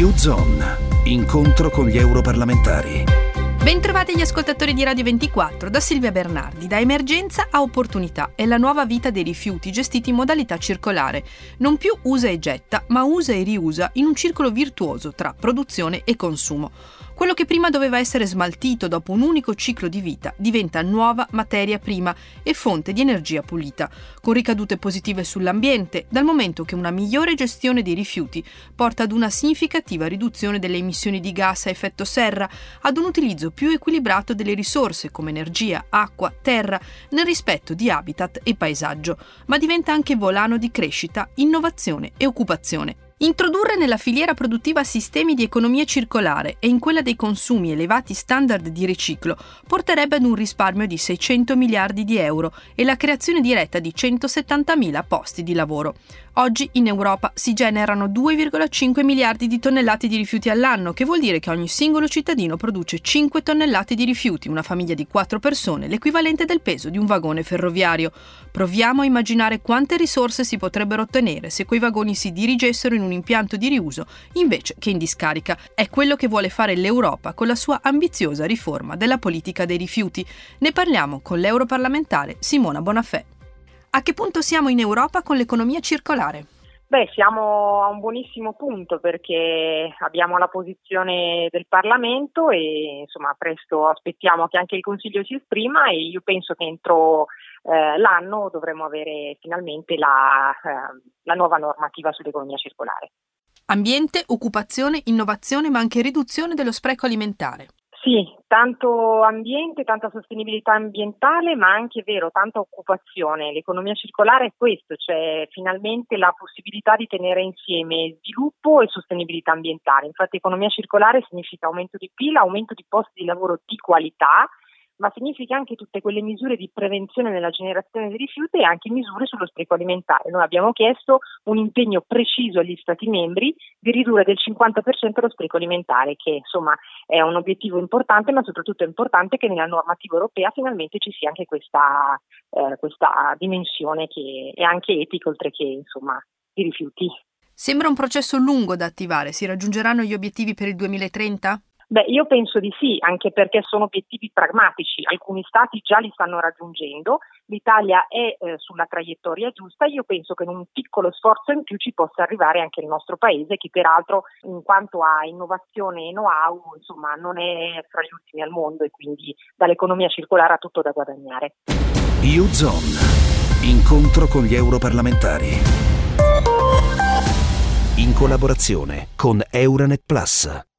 U-Zone, incontro con gli europarlamentari. Bentrovati gli ascoltatori di Radio 24, da Silvia Bernardi. Da emergenza a opportunità è la nuova vita dei rifiuti gestiti in modalità circolare. Non più usa e getta, ma usa e riusa in un circolo virtuoso tra produzione e consumo. Quello che prima doveva essere smaltito dopo un unico ciclo di vita diventa nuova materia prima e fonte di energia pulita, con ricadute positive sull'ambiente, dal momento che una migliore gestione dei rifiuti porta ad una significativa riduzione delle emissioni di gas a effetto serra, ad un utilizzo più equilibrato delle risorse come energia, acqua, terra, nel rispetto di habitat e paesaggio, ma diventa anche volano di crescita, innovazione e occupazione. Introdurre nella filiera produttiva sistemi di economia circolare e in quella dei consumi elevati standard di riciclo porterebbe ad un risparmio di 600 miliardi di euro e la creazione diretta di 170.000 posti di lavoro. Oggi in Europa si generano 2,5 miliardi di tonnellate di rifiuti all'anno, che vuol dire che ogni singolo cittadino produce 5 tonnellate di rifiuti, una famiglia di 4 persone, l'equivalente del peso di un vagone ferroviario. Proviamo a immaginare quante risorse si potrebbero ottenere se quei vagoni si dirigessero in un impianto di riuso invece che in discarica. È quello che vuole fare l'Europa con la sua ambiziosa riforma della politica dei rifiuti. Ne parliamo con l'europarlamentare Simona Bonafè. A che punto siamo in Europa con l'economia circolare? Siamo a un buonissimo punto perché abbiamo la posizione del Parlamento e presto aspettiamo che anche il Consiglio si esprima e io penso che entro l'anno dovremo avere finalmente la nuova normativa sull'economia circolare. Ambiente, occupazione, innovazione ma anche riduzione dello spreco alimentare. Sì, tanto ambiente, tanta sostenibilità ambientale, ma anche tanta occupazione. L'economia circolare è questo, c'è finalmente la possibilità di tenere insieme sviluppo e sostenibilità ambientale. Infatti economia circolare significa aumento di PIL, aumento di posti di lavoro di qualità, ma significa anche tutte quelle misure di prevenzione nella generazione dei rifiuti e anche misure sullo spreco alimentare. Noi abbiamo chiesto un impegno preciso agli Stati membri di ridurre del 50% lo spreco alimentare, che è un obiettivo importante, ma soprattutto è importante che nella normativa europea finalmente ci sia anche questa dimensione che è anche etica, oltre che di rifiuti. Sembra un processo lungo da attivare. Si raggiungeranno gli obiettivi per il 2030? Io penso di sì, anche perché sono obiettivi pragmatici, alcuni stati già li stanno raggiungendo, l'Italia è sulla traiettoria giusta, io penso che in un piccolo sforzo in più ci possa arrivare anche il nostro paese, che peraltro in quanto a innovazione e know-how non è fra gli ultimi al mondo e quindi dall'economia circolare ha tutto da guadagnare. U-Zone, incontro con gli europarlamentari. In collaborazione con Euranet Plus.